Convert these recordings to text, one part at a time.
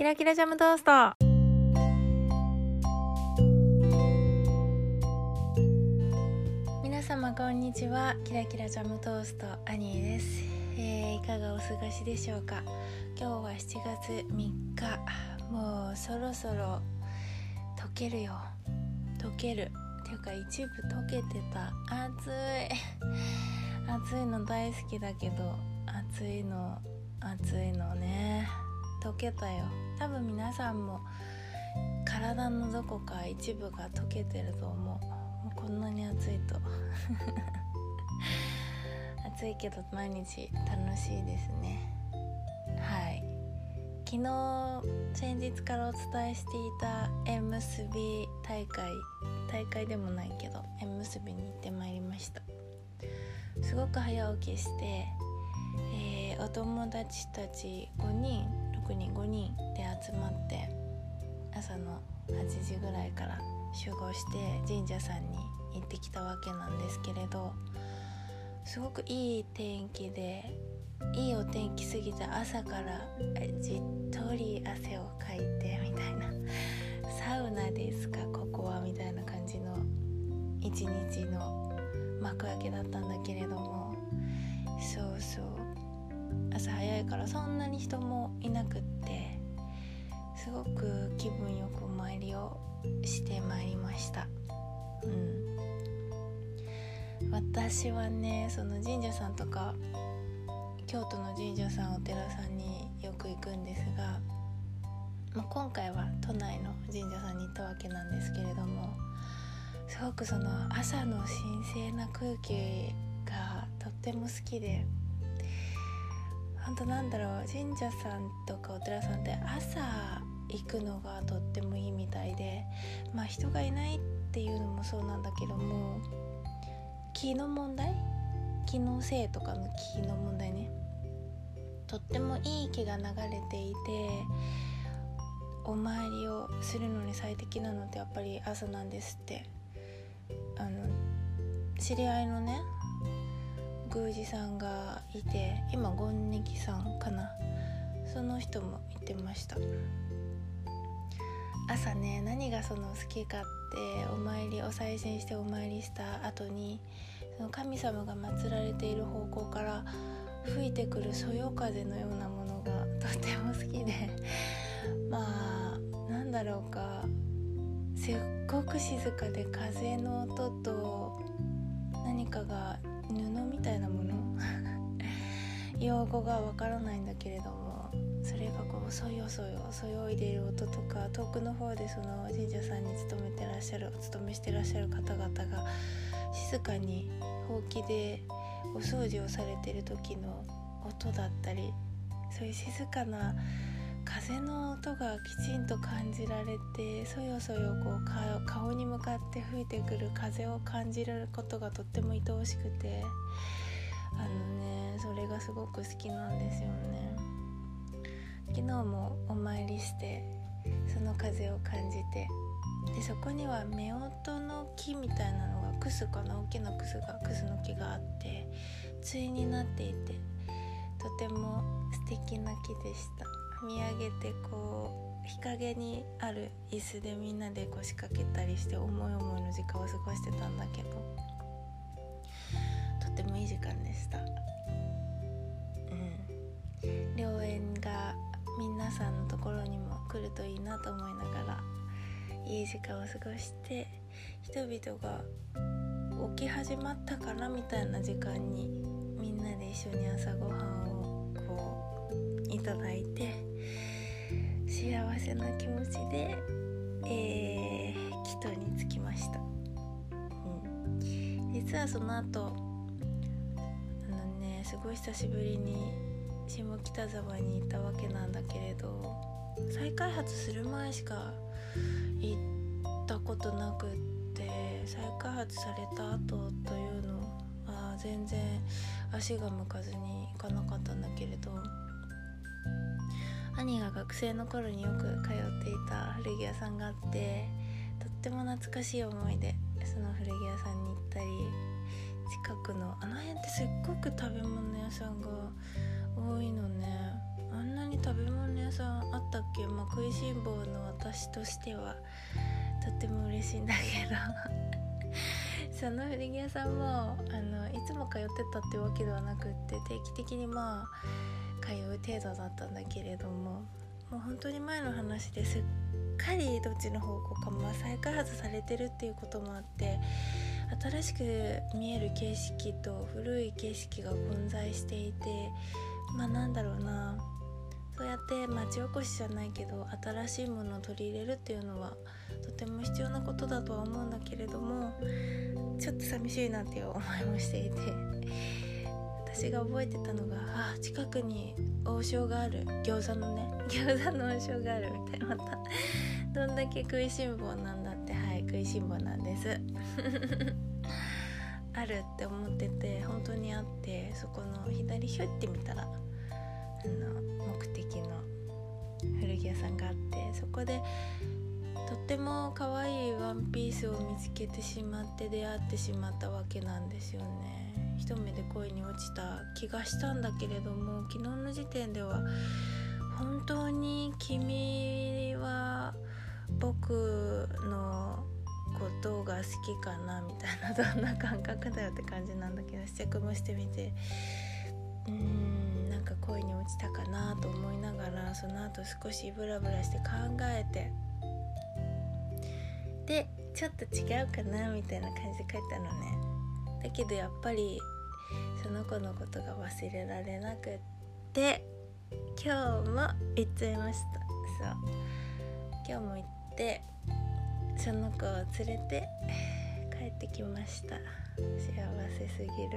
キラキラジャムトースト。皆様こんにちは。キラキラジャムトーストアニーです。いかがお過ごしでしょうか。今日は7月3日、もうそろそろ溶けるよ。溶けるっていうか一部溶けてた。暑いの大好きだけど暑いのね、溶けたよ。多分皆さんも体のどこか一部が溶けてると思う。もうこんなに暑いと暑いけど毎日楽しいですね。はい、昨日先日からお伝えしていた縁結び大会でもないけど縁結びに行ってまいりました。すごく早起きして、お友達たち5人で集まって朝の8時ぐらいから集合して神社さんに行ってきたわけなんですけれど、すごくいい天気でいいお天気すぎて朝からじっとり汗をかいてみたいな、サウナですかここはみたいな感じの一日の幕開けだったんだけれども、朝早いからそんなに人もいなくって、すごく気分よくお参りをしてまいりました。私はね、その神社さんとか京都の神社さんお寺さんによく行くんですが、今回は都内の神社さんに行ったわけなんですけれども、すごくその朝の神聖な空気がとっても好きで、本当神社さんとかお寺さんって朝行くのがとってもいいみたいで、人がいないっていうのもそうなんだけども、気のせいとかの気の問題ね、とってもいい気が流れていて、お参りをするのに最適なのってやっぱり朝なんですって。知り合いのね宮司さんがいて、今権力さんかな、その人も言ってました。朝ね、何がその好きかって、お賽銭してお参りした後にその神様が祀られている方向から吹いてくるそよ風のようなものがとても好きで、すっごく静かで、風の音と何かが布みたいなもの用語がわからないんだけれども、それがこうそよそよいでいる音とか、遠くの方でその神社さんにお勤めしてらっしゃる方々が静かにほうきでお掃除をされている時の音だったり、そういう静かな風の音がきちんと感じられて、そよそよこう顔に向かって吹いてくる風を感じることがとっても愛おしくて、それがすごく好きなんですよね。昨日もお参りしてその風を感じて、でそこには夫婦の木みたいなのが、クスの木があって、対になっていて、とても素敵な木でした。見上げてこう日陰にある椅子でみんなで腰掛けたりして思い思いの時間を過ごしてたんだけど、とてもいい時間でした。良縁が皆さんのところにも来るといいなと思いながらいい時間を過ごして、人々が起き始まったかなみたいな時間にみんなで一緒に朝ごはんをこういただいて、幸せな気持ちで、帰途に着きました。実はその後すごい久しぶりに下北沢に行ったわけなんだけれど、再開発する前しか行ったことなくって、再開発された後というのは全然足が向かずに行かなかったんだけれど、兄が学生の頃によく通っていた古着屋さんがあって、とっても懐かしい思いでその古着屋さんに行ったり、近くの辺ってすっごく食べ物屋さんが多いのね。 あんなに食べ物屋さんあったっけ。食いしん坊の私としてはとっても嬉しいんだけどその古着屋さんもいつも通ってたってわけではなくって、定期的に通う程度だったんだけれども、もう本当に前の話ですっかりどっちの方向か再開発されてるっていうこともあって、新しく見える景色と古い景色が混在していて、なんだろうな、そうやって町おこしじゃないけど新しいものを取り入れるっていうのはとても必要なことだとは思うんだけれども、ちょっと寂しいなっていう思いもしていて、私が覚えてたのが、近くに王将がある、餃子の王将があるみたいな、またどんだけ食いしん坊なんだって。食いしん坊なんですあるって思ってて、本当にあって、そこの左ひょって見たら目的の古着屋さんがあって、そこでとっても可愛いワンピースを見つけてしまって出会ってしまったわけなんですよね。一目で恋に落ちた気がしたんだけれども、昨日の時点では本当に君は僕のことが好きかなみたいな、どんな感覚だよって感じなんだけど、試着もしてみて、なんか恋に落ちたかなと思いながら、その後少しブラブラして考えて、でちょっと違うかなみたいな感じで帰ったのね。だけどやっぱりその子のことが忘れられなくって、今日も行っちゃいました。今日も行ってその子を連れて帰ってきました。幸せすぎる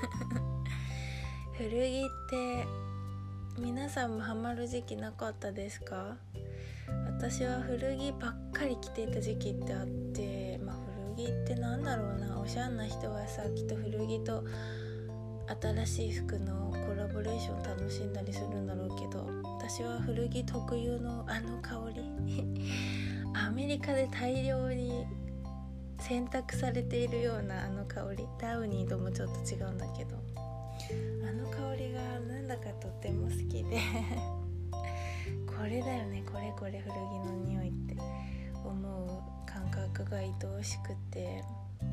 古着って皆さんもハマる時期なかったですか？私は古着ばっかり着ていた時期ってあって、古着ってなんだろうな、おしゃんな人はさ、きっと古着と新しい服のコラボレーション楽しんだりするんだろうけど、私は古着特有の香りアメリカで大量に選択されているような香り、ダウニーともちょっと違うんだけど、香りがなんだかとっても好きでこれだよね、これ古着の匂いって思う感覚が愛おしくて、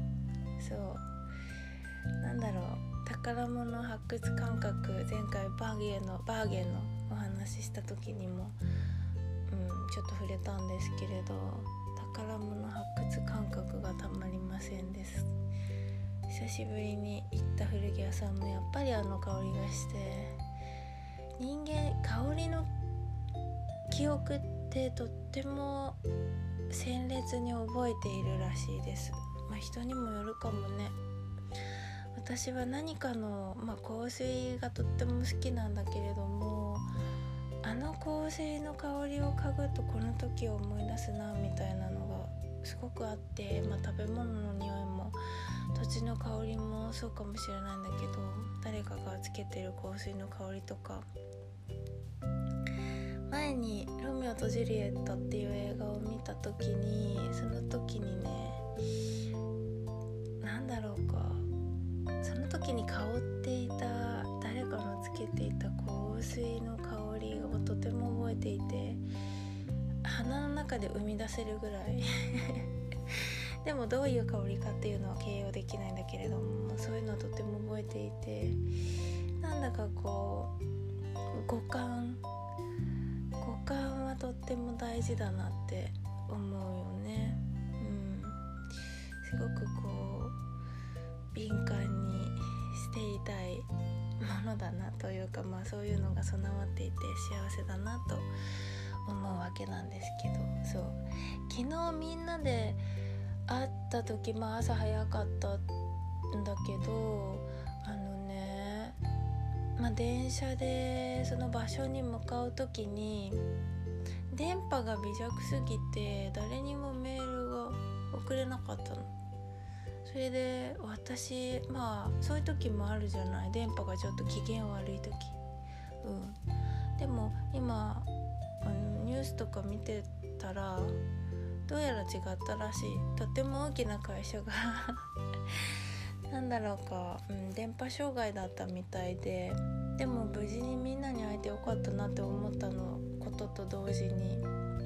なんだろう、宝物発掘感覚、前回バーゲンのお話しした時にもちょっと触れたんですけれど、宝物発掘感覚がたまりませんです。久しぶりに行った古着屋さんもやっぱり香りがして、人間香りの記憶ってとっても鮮烈に覚えているらしいです。人にもよるかもね。私は何かの、香水がとっても好きなんだけれども、香水の香りを嗅ぐとこの時を思い出すなみたいなのがすごくあって、食べ物の匂いも土地の香りもそうかもしれないんだけど、誰かがつけてる香水の香りとか、前にロミオとジュリエットっていう映画を見た時に、その時にね、その時に香っていた誰かのつけていた香水の香りをとても覚えていて、鼻の中で生み出せるぐらいでもどういう香りかっていうのは形容できないんだけれども、そういうのをとても覚えていて、なんだか五感はとっても大事だなって思うよね。すごく敏感にしていたいものだなというか、そういうのが備わっていて幸せだなと思うわけなんですけど、昨日みんなで会った時、朝早かったんだけど、電車でその場所に向かう時に電波が微弱すぎて誰にもメールが送れなかったの。それで私、そういう時もあるじゃない、電波がちょっと機嫌悪い時、でも今ニュースとか見てたらどうやら違ったらしい。とても大きな会社が電波障害だったみたいで、 でも無事にみんなに会えてよかったなって思ったことと同時に、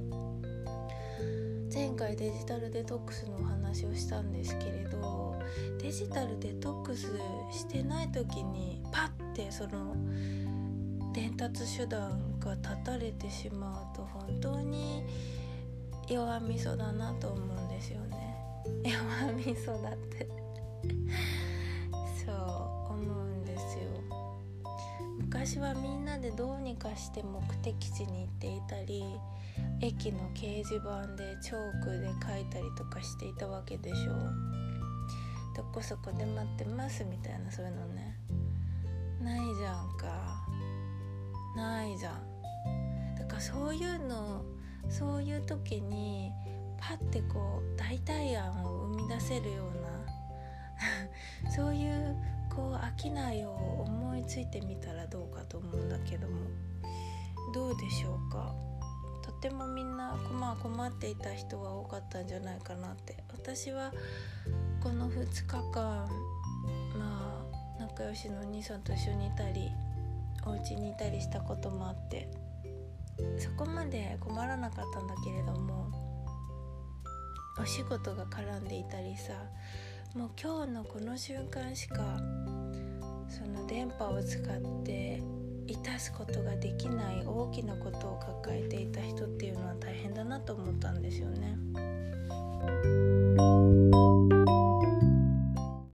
前回デジタルデトックスのお話をしたんですけれど、デジタルデトックスしてない時にパッてその伝達手段が断たれてしまうと本当に弱みそだなと思うんですよね。弱みそだってそう思うんですよ。昔はみんなでどうにかして目的地に行っていたり、駅の掲示板でチョークで書いたりとかしていたわけでしょ。どこそこで待ってますみたいな、そういうのね、ないじゃんか。ないじゃん。だからそういう時にパッてこう代替案を生み出せるようなそういうこう商いを思いついてみたらどうかと思うんだけども、どうでしょうか。とてもみんな困っていた人は多かったんじゃないかなって。私はこの2日間仲良しのお兄さんと一緒にいたりお家にいたりしたこともあって、そこまで困らなかったんだけれども、お仕事が絡んでいたりさ、もう今日のこの瞬間しかその電波を使って致すことができない大きなことを抱えていた人っていうのは大変だなと思ったんですよね。